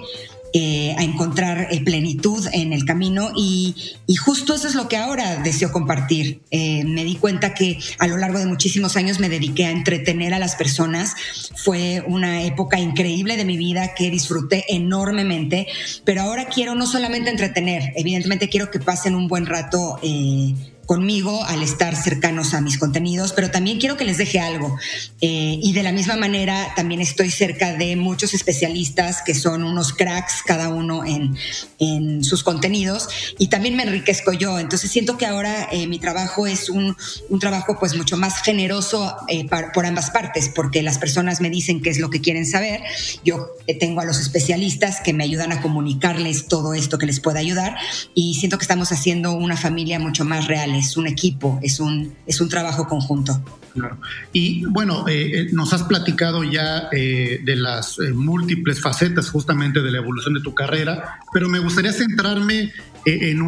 a encontrar plenitud en el camino, y justo eso es lo que ahora deseo compartir. Me di cuenta que a lo largo de muchísimos años me dediqué a entretener a las personas. Fue una época increíble de mi vida que disfruté enormemente, pero ahora quiero no solamente entretener, evidentemente quiero que pasen un buen rato conmigo al estar cercanos a mis contenidos, pero también quiero que les deje algo. Y de la misma manera también estoy cerca de muchos especialistas que son unos cracks cada uno en sus contenidos, y también me enriquezco yo. Entonces siento que ahora mi trabajo es un trabajo pues mucho más generoso por ambas partes, porque las personas me dicen qué es lo que quieren saber. Yo tengo a los especialistas que me ayudan a comunicarles todo esto que les pueda ayudar, y siento que estamos haciendo una familia mucho más real. Es un equipo, es un trabajo conjunto. Claro. Y bueno, nos has platicado ya de las múltiples facetas justamente de la evolución de tu carrera, pero me gustaría centrarme en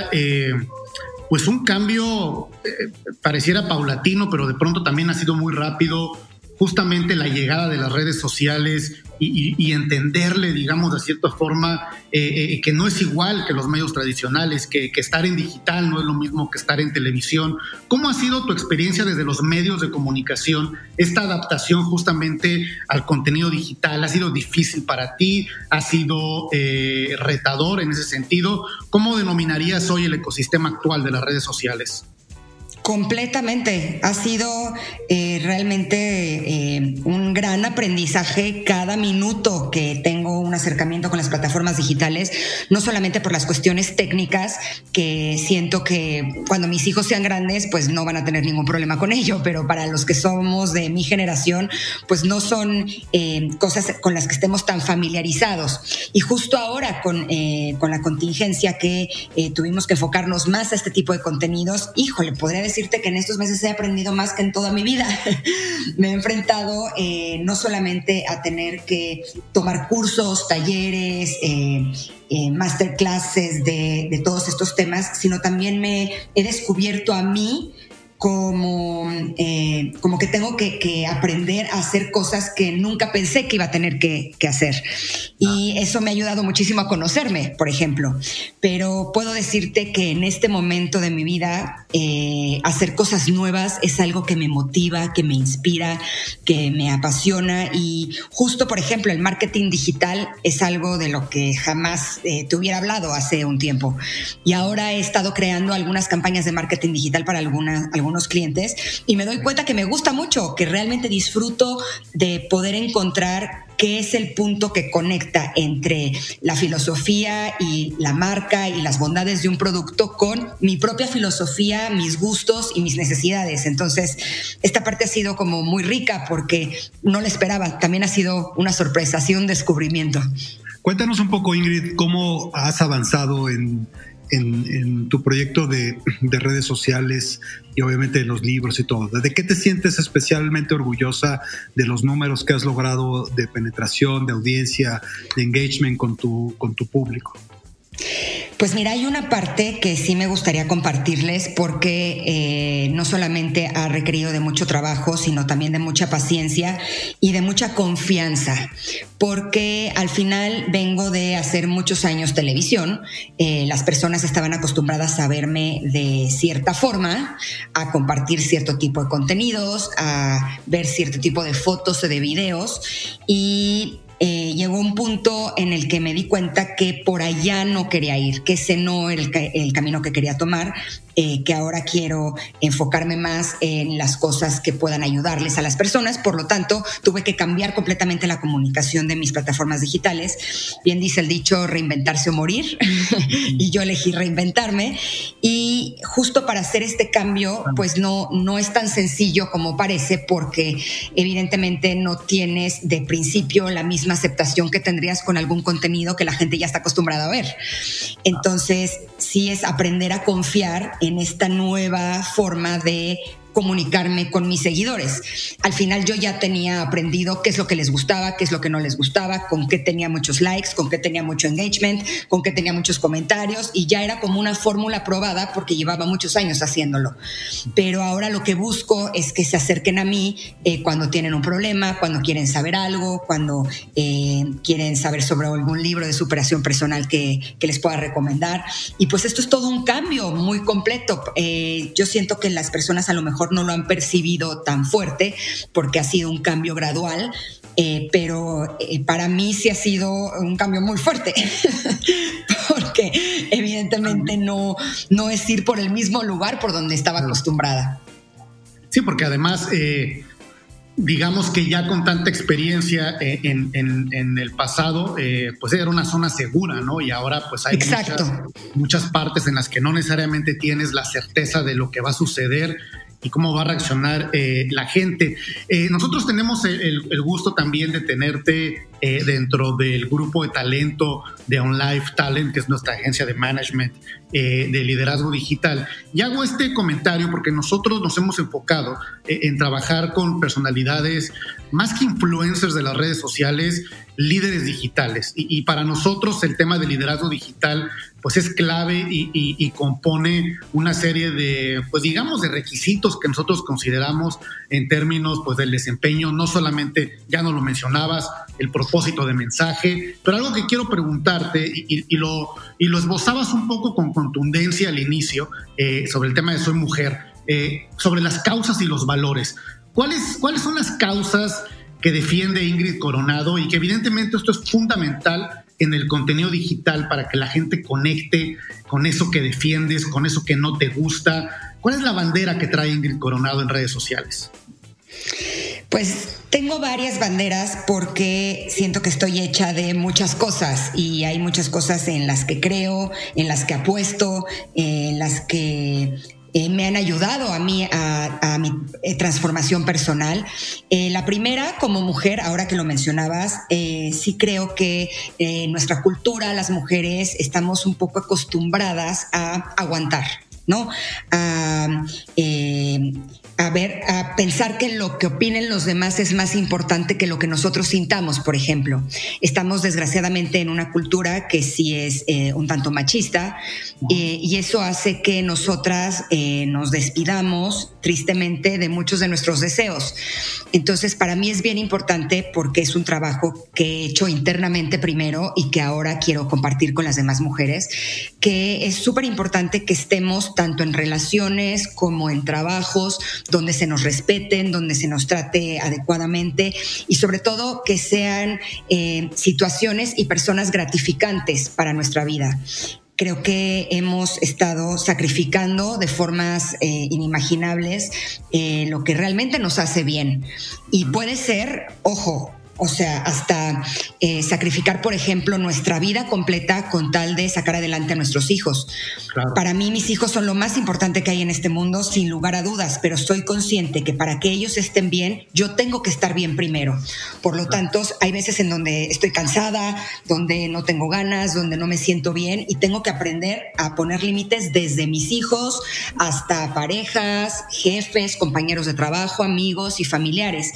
pues un cambio pareciera paulatino, pero de pronto también ha sido muy rápido, justamente la llegada de las redes sociales y entenderle, digamos, de cierta forma, que no es igual que los medios tradicionales, que estar en digital no es lo mismo que estar en televisión. ¿Cómo ha sido tu experiencia desde los medios de comunicación, esta adaptación justamente al contenido digital? ¿Ha sido difícil para ti? ¿Ha sido retador en ese sentido? ¿Cómo denominarías hoy el ecosistema actual de las redes sociales? Completamente. Ha sido realmente un gran aprendizaje cada minuto que tengo tengo un acercamiento con las plataformas digitales, no solamente por las cuestiones técnicas, que siento que cuando mis hijos sean grandes, pues no van a tener ningún problema con ello, pero para los que somos de mi generación, pues no son cosas con las que estemos tan familiarizados. Y justo ahora con la contingencia que tuvimos que enfocarnos más a este tipo de contenidos, híjole, podría decirte que en estos meses he aprendido más que en toda mi vida. Me he enfrentado no solamente a tener que tomar cursos, talleres, masterclasses de todos estos temas, sino también me he descubierto a mí como que tengo que aprender a hacer cosas que nunca pensé que iba a tener que hacer. Y eso me ha ayudado muchísimo a conocerme, por ejemplo. Pero puedo decirte que en este momento de mi vida, hacer cosas nuevas es algo que me motiva, que me inspira, que me apasiona. Y justo, por ejemplo, el marketing digital es algo de lo que jamás te hubiera hablado hace un tiempo. Y ahora he estado creando algunas campañas de marketing digital para algunos clientes y me doy cuenta que me gusta mucho, que realmente disfruto de poder encontrar qué es el punto que conecta entre la filosofía y la marca y las bondades de un producto con mi propia filosofía, mis gustos y mis necesidades. Entonces, esta parte ha sido como muy rica porque no la esperaba. También ha sido una sorpresa, ha sido un descubrimiento. Cuéntanos un poco, Ingrid, cómo has avanzado en tu proyecto de redes sociales y obviamente de los libros y todo. ¿De qué te sientes especialmente orgullosa de los números que has logrado de penetración, de audiencia, de engagement con tu público? Pues mira, hay una parte que sí me gustaría compartirles porque no solamente ha requerido de mucho trabajo, sino también de mucha paciencia y de mucha confianza, porque al final vengo de hacer muchos años televisión. Las personas estaban acostumbradas a verme de cierta forma, a compartir cierto tipo de contenidos, a ver cierto tipo de fotos o de videos, y llegó un punto en el que me di cuenta que por allá no quería ir, que ese no era el camino que quería tomar, que ahora quiero enfocarme más en las cosas que puedan ayudarles a las personas. Por lo tanto, tuve que cambiar completamente la comunicación de mis plataformas digitales. Bien dice el dicho, reinventarse o morir, y yo elegí reinventarme. Y justo para hacer este cambio, pues no es tan sencillo como parece, porque evidentemente no tienes de principio la misma aceptación que tendrías con algún contenido que la gente ya está acostumbrada a ver. Entonces, sí es aprender a confiar en esta nueva forma de comunicarme con mis seguidores. Al final yo ya tenía aprendido qué es lo que les gustaba, qué es lo que no les gustaba, con qué tenía muchos likes, con qué tenía mucho engagement, con qué tenía muchos comentarios, y ya era como una fórmula probada porque llevaba muchos años haciéndolo. Pero ahora lo que busco es que se acerquen a mí cuando tienen un problema, cuando quieren saber algo, cuando quieren saber sobre algún libro de superación personal que les pueda recomendar. Y pues esto es todo un cambio muy completo. Yo siento que las personas a lo mejor no lo han percibido tan fuerte porque ha sido un cambio gradual, pero para mí sí ha sido un cambio muy fuerte porque evidentemente no es ir por el mismo lugar por donde estaba acostumbrada. Sí, porque además digamos que ya con tanta experiencia en el pasado, pues era una zona segura, ¿no? Y ahora pues hay muchas partes en las que no necesariamente tienes la certeza de lo que va a suceder y cómo va a reaccionar la gente. Nosotros tenemos el gusto también de tenerte dentro del grupo de talento de OnLive Talent, que es nuestra agencia de management de liderazgo digital. Y hago este comentario porque nosotros nos hemos enfocado en trabajar con personalidades más que influencers de las redes sociales, líderes digitales. Y para nosotros el tema de liderazgo digital pues es clave y compone una serie de, pues digamos, de requisitos que nosotros consideramos en términos pues del desempeño, no solamente, ya nos lo mencionabas, el propósito de mensaje, pero algo que quiero preguntarte y lo esbozabas un poco con contundencia al inicio sobre el tema de Soy Mujer, sobre las causas y los valores. ¿Cuáles son las causas que defiende Ingrid Coronado y que evidentemente esto es fundamental en el contenido digital para que la gente conecte con eso que defiendes, con eso que no te gusta? ¿Cuál es la bandera que trae Ingrid Coronado en redes sociales? Pues tengo varias banderas porque siento que estoy hecha de muchas cosas y hay muchas cosas en las que creo, en las que apuesto, en las que me han ayudado a mí a mi transformación personal. La primera, como mujer, ahora que lo mencionabas, sí creo que en nuestra cultura las mujeres estamos un poco acostumbradas a aguantar, ¿no? A pensar que lo que opinen los demás es más importante que lo que nosotros sintamos, por ejemplo. Estamos desgraciadamente en una cultura que sí es un tanto machista y eso hace que nosotras nos despidamos tristemente de muchos de nuestros deseos. Entonces, para mí es bien importante porque es un trabajo que he hecho internamente primero y que ahora quiero compartir con las demás mujeres, que es súper importante que estemos tanto en relaciones como en trabajos donde se nos respeten, donde se nos trate adecuadamente y sobre todo que sean situaciones y personas gratificantes para nuestra vida. Creo que hemos estado sacrificando de formas inimaginables lo que realmente nos hace bien. Y puede ser, ojo, o sea, hasta sacrificar, por ejemplo, nuestra vida completa con tal de sacar adelante a nuestros hijos. Claro. Para mí, mis hijos son lo más importante que hay en este mundo, sin lugar a dudas, pero soy consciente que para que ellos estén bien, yo tengo que estar bien primero. Por lo tanto, hay veces en donde estoy cansada, donde no tengo ganas, donde no me siento bien y tengo que aprender a poner límites desde mis hijos hasta parejas, jefes, compañeros de trabajo, amigos y familiares.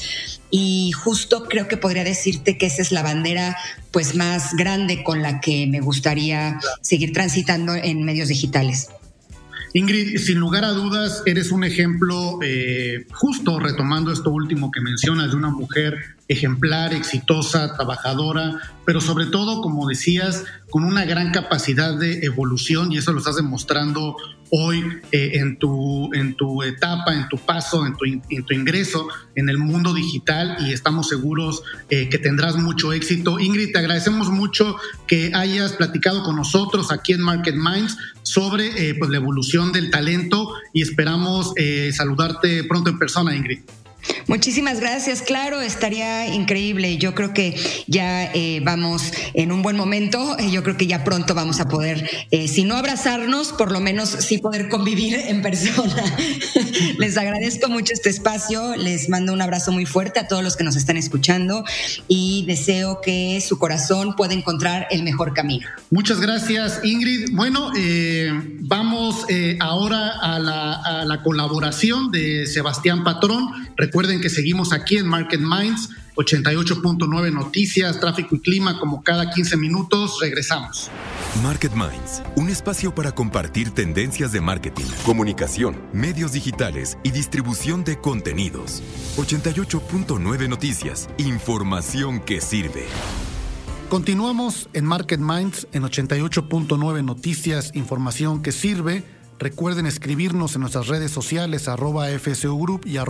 Y justo creo que podría decirte que esa es la bandera pues más grande con la que me gustaría seguir transitando en medios digitales. Ingrid, sin lugar a dudas, eres un ejemplo, justo retomando esto último que mencionas, de una mujer ejemplar, exitosa, trabajadora, pero sobre todo, como decías, con una gran capacidad de evolución, y eso lo estás demostrando hoy en tu etapa, en tu paso, en tu ingreso en el mundo digital, y estamos seguros que tendrás mucho éxito. Ingrid, te agradecemos mucho que hayas platicado con nosotros aquí en Market Minds sobre pues la evolución del talento y esperamos saludarte pronto en persona, Ingrid. Muchísimas gracias, claro, estaría increíble. Yo creo que ya vamos en un buen momento. Yo creo que ya pronto vamos a poder, si no abrazarnos, por lo menos sí poder convivir en persona. Les agradezco mucho este espacio, les mando un abrazo muy fuerte a todos los que nos están escuchando y deseo que su corazón pueda encontrar el mejor camino. Muchas gracias, Ingrid. Bueno, vamos ahora a la colaboración de Sebastián Patrón. Recuerden que seguimos aquí en Market Minds, 88.9 Noticias, Tráfico y Clima, como cada 15 minutos. Regresamos. Market Minds, un espacio para compartir tendencias de marketing, comunicación, medios digitales y distribución de contenidos. 88.9 Noticias, información que sirve. Continuamos en Market Minds en 88.9 Noticias, información que sirve. Recuerden escribirnos en nuestras redes sociales @FSO Group y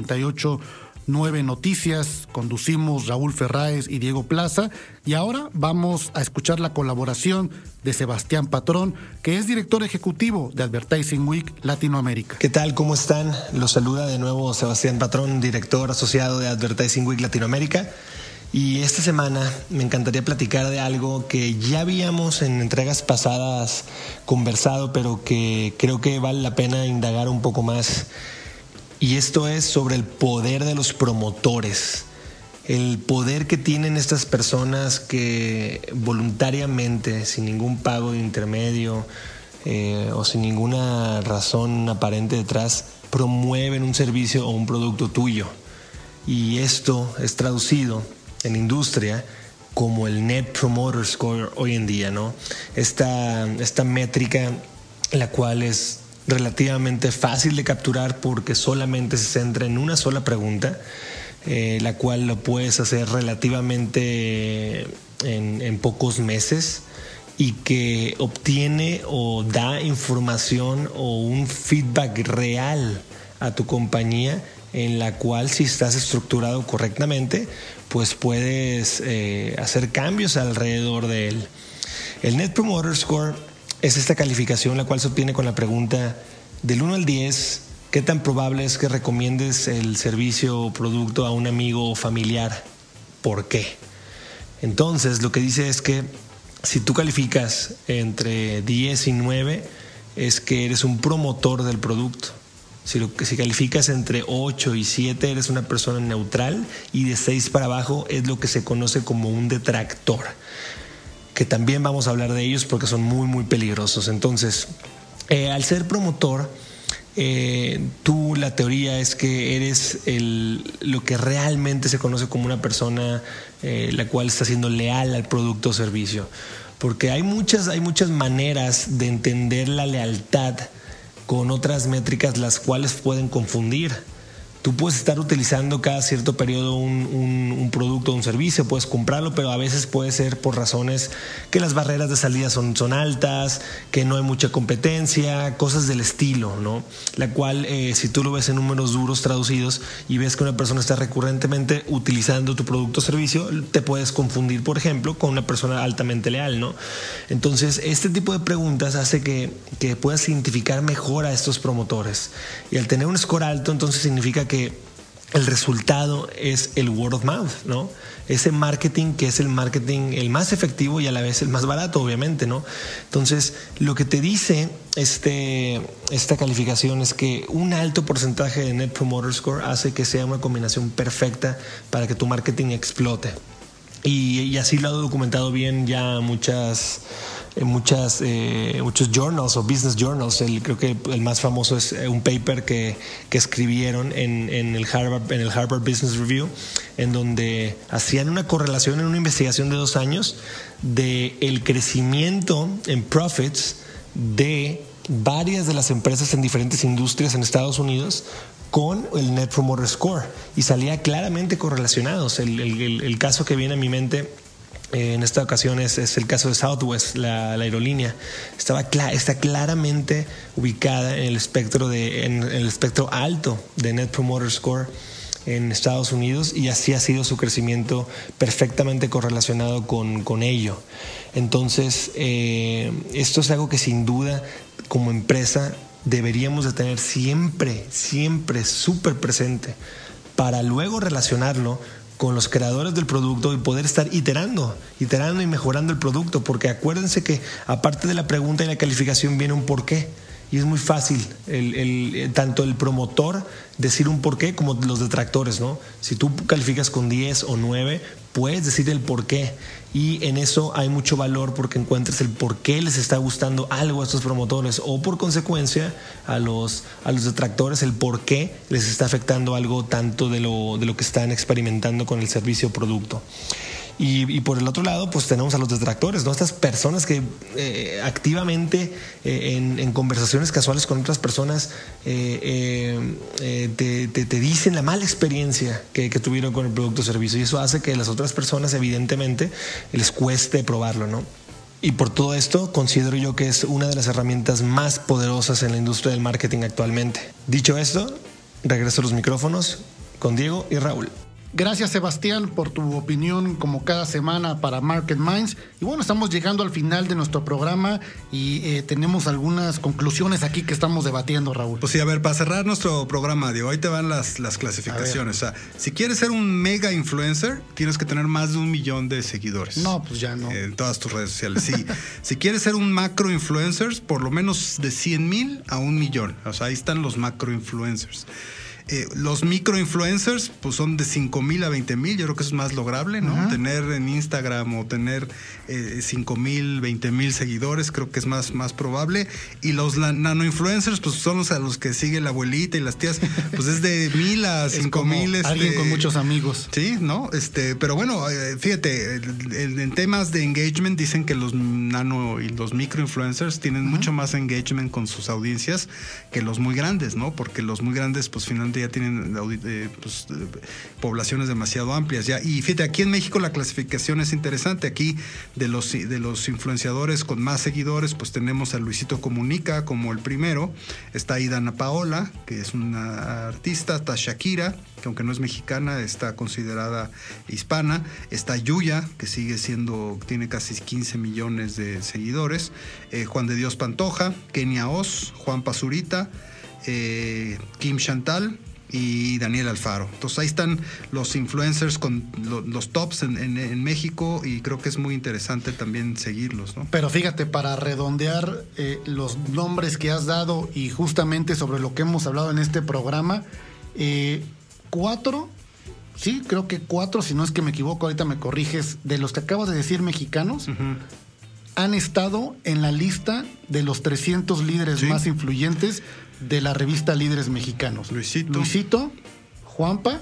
@889 Noticias. Conducimos Raúl Ferráez y Diego Plaza. Y ahora vamos a escuchar la colaboración de Sebastián Patrón, que es director ejecutivo de Advertising Week Latinoamérica. ¿Qué tal? ¿Cómo están? Los saluda de nuevo Sebastián Patrón, director asociado de Advertising Week Latinoamérica. Y esta semana me encantaría platicar de algo que ya habíamos en entregas pasadas conversado, pero que creo que vale la pena indagar un poco más. Y esto es sobre el poder de los promotores. El poder que tienen estas personas que voluntariamente, sin ningún pago de intermedio o sin ninguna razón aparente detrás, promueven un servicio o un producto tuyo. Y esto es traducido en industria como el Net Promoter Score hoy en día, ¿no? Esta métrica, la cual es relativamente fácil de capturar porque solamente se centra en una sola pregunta, la cual lo puedes hacer relativamente en pocos meses y que obtiene o da información o un feedback real a tu compañía, en la cual, si estás estructurado correctamente, pues puedes hacer cambios alrededor de él. El Net Promoter Score es esta calificación la cual se obtiene con la pregunta del 1 al 10, ¿qué tan probable es que recomiendes el servicio o producto a un amigo o familiar? ¿Por qué? Entonces, lo que dice es que si tú calificas entre 10 y 9, es que eres un promotor del producto. Si calificas entre 8 y 7, eres una persona neutral, y de 6 para abajo es lo que se conoce como un detractor, que también vamos a hablar de ellos porque son muy, muy peligrosos. Entonces, al ser promotor, la teoría es que eres lo que realmente se conoce como una persona la cual está siendo leal al producto o servicio, porque hay muchas maneras de entender la lealtad con otras métricas, las cuales pueden confundir. Tú puedes estar utilizando cada cierto periodo un producto o un servicio, puedes comprarlo, pero a veces puede ser por razones que las barreras de salida son altas, que no hay mucha competencia, cosas del estilo, ¿no? La cual, si tú lo ves en números duros traducidos y ves que una persona está recurrentemente utilizando tu producto o servicio, te puedes confundir, por ejemplo, con una persona altamente leal, ¿no? Entonces, este tipo de preguntas hace que puedas identificar mejor a estos promotores. Y al tener un score alto, entonces significa que el resultado es el word of mouth, ¿no? Ese marketing que es el marketing el más efectivo y a la vez el más barato, obviamente, ¿no? Entonces, lo que te dice esta calificación es que un alto porcentaje de Net Promoter Score hace que sea una combinación perfecta para que tu marketing explote. Y así lo ha documentado bien ya muchos journals o business journals. Creo que el más famoso es un paper que escribieron en el Harvard Business Review, en donde hacían una correlación en una investigación de 2 años de el crecimiento en profits de varias de las empresas en diferentes industrias en Estados Unidos con el Net Promoter Score, y salía claramente correlacionados. El caso que viene a mi mente en esta ocasión es el caso de Southwest, la aerolínea. Está claramente ubicada en el espectro alto de Net Promoter Score en Estados Unidos, y así ha sido su crecimiento perfectamente correlacionado con ello. Entonces, esto es algo que sin duda como empresa deberíamos de tener siempre súper presente, para luego relacionarlo con los creadores del producto y poder estar iterando y mejorando el producto, porque acuérdense que aparte de la pregunta y la calificación viene un porqué, y es muy fácil tanto el promotor decir un porqué como los detractores, ¿no? Si tú calificas con 10 o 9, puedes decir el porqué, y en eso hay mucho valor, porque encuentras el por qué les está gustando algo a estos promotores, o por consecuencia a los detractores el por qué les está afectando algo tanto de lo que están experimentando con el servicio o producto. Y por el otro lado, pues tenemos a los detractores, ¿no? Estas personas que activamente en conversaciones casuales con otras personas te dicen la mala experiencia que tuvieron con el producto o servicio, y eso hace que las otras personas evidentemente les cueste probarlo, ¿no? Y por todo esto considero yo que es una de las herramientas más poderosas en la industria del marketing actualmente. Dicho esto, regreso a los micrófonos con Diego y Raúl. Gracias, Sebastián, por tu opinión como cada semana para Market Minds. Y bueno, estamos llegando al final de nuestro programa y tenemos algunas conclusiones aquí que estamos debatiendo, Raúl. Pues sí, a ver, para cerrar nuestro programa, Diego, ahí te van las clasificaciones. O sea, si quieres ser un mega influencer, tienes que tener más de 1 millón de seguidores. No, pues ya no. En todas tus redes sociales. Sí. Si quieres ser un macro influencer, por lo menos de 100,000 a 1 millón. O sea, ahí están los macro influencers. Los microinfluencers pues son de 5,000 a 20,000. Yo creo que eso es más lograble, ¿no? Uh-huh. Tener en Instagram o tener 5,000, 20,000 seguidores, creo que es más probable. Y los nanoinfluencers pues son a los que sigue la abuelita y las tías, pues es de 1,000 a 5,000. Alguien con muchos amigos. Sí, ¿no? Pero bueno, fíjate, en temas de engagement dicen que los nano y los microinfluencers tienen mucho más engagement con sus audiencias que los muy grandes, ¿no? Porque los muy grandes pues finalmente ya tienen poblaciones demasiado amplias ya. Y fíjate, aquí en México la clasificación es interesante. Aquí de los influenciadores con más seguidores, pues tenemos a Luisito Comunica como el primero. Está ahí Dana Paola, que es una artista. Está Shakira, que aunque no es mexicana, está considerada hispana. Está Yuya, que tiene casi 15 millones de seguidores. Juan de Dios Pantoja, Kenia Oz, Juan Pazurita, Kim Chantal y Daniel Alfaro. Entonces ahí están los influencers con los tops en México, y creo que es muy interesante también seguirlos, ¿no? Pero fíjate, para redondear los nombres que has dado y justamente sobre lo que hemos hablado en este programa, 4, sí, creo que 4, si no es que me equivoco, ahorita me corriges, de los que acabas de decir mexicanos, han estado en la lista de los 300 líderes más influyentes de la revista Líderes Mexicanos. Luisito, Juanpa.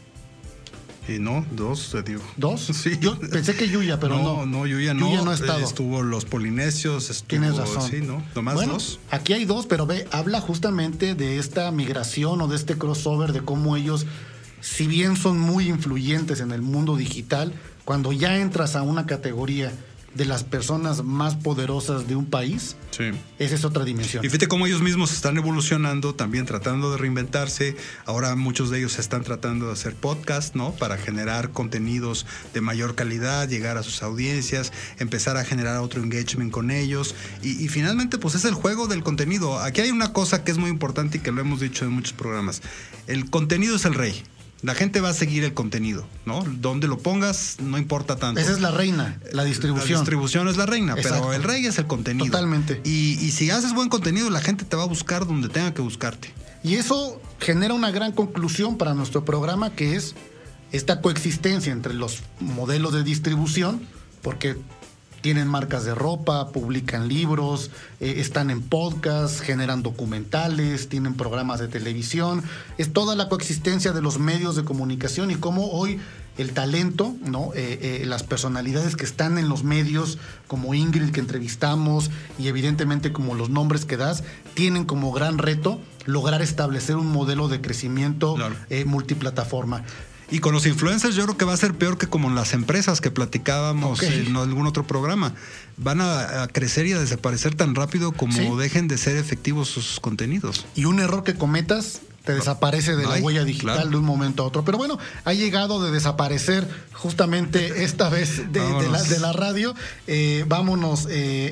Y no, 2, digo. ¿2? Sí. Yo pensé que Yuya, pero no. No, Yuya no. Yuya no ha estado. Estuvo los polinesios. Tienes razón. Sí, ¿no? Nomás bueno, 2. Aquí hay 2, pero habla justamente de esta migración o de este crossover, de cómo ellos, si bien son muy influyentes en el mundo digital, cuando ya entras a una categoría de las personas más poderosas de un país, esa es otra dimensión. Y fíjate cómo ellos mismos están evolucionando, también tratando de reinventarse. Ahora muchos de ellos están tratando de hacer podcast, ¿no? Para generar contenidos de mayor calidad, llegar a sus audiencias, empezar a generar otro engagement con ellos. Y finalmente, pues es el juego del contenido. Aquí hay una cosa que es muy importante y que lo hemos dicho en muchos programas. El contenido es el rey. La gente va a seguir el contenido, ¿no? Donde lo pongas no importa tanto. Esa es la reina, la distribución. La distribución es la reina, exacto, pero el rey es el contenido. Totalmente. Y si haces buen contenido, la gente te va a buscar donde tenga que buscarte. Y eso genera una gran conclusión para nuestro programa, que es esta coexistencia entre los modelos de distribución, porque tienen marcas de ropa, publican libros, están en podcast, generan documentales, tienen programas de televisión. Es toda la coexistencia de los medios de comunicación y cómo hoy el talento, ¿no? Las personalidades que están en los medios, como Ingrid que entrevistamos, y evidentemente como los nombres que das, tienen como gran reto lograr establecer un modelo de crecimiento multiplataforma. Y con los influencers yo creo que va a ser peor que como las empresas que platicábamos en algún otro programa. Van a crecer y a desaparecer tan rápido como dejen de ser efectivos sus contenidos. Y un error que cometas te desaparece de la huella digital de un momento a otro. Pero bueno, ha llegado de desaparecer justamente esta vez de la radio. Vámonos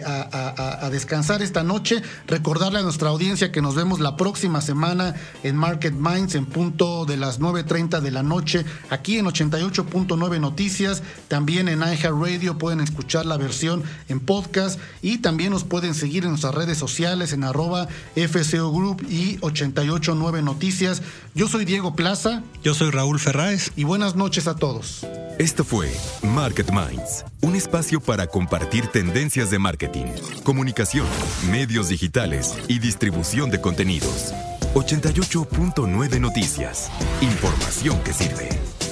a descansar esta noche. Recordarle a nuestra audiencia que nos vemos la próxima semana en Market Minds en punto de las 9:30 de la noche, aquí en 88.9 Noticias. También en iHeartRadio pueden escuchar la versión en podcast, y también nos pueden seguir en nuestras redes sociales en @FCO Group y 88.9 Noticias. Yo soy Diego Plaza. Yo soy Raúl Ferráez. Y buenas noches a todos. Esto fue Market Minds, un espacio para compartir tendencias de marketing, comunicación, medios digitales y distribución de contenidos. 88.9 Noticias. Información que sirve.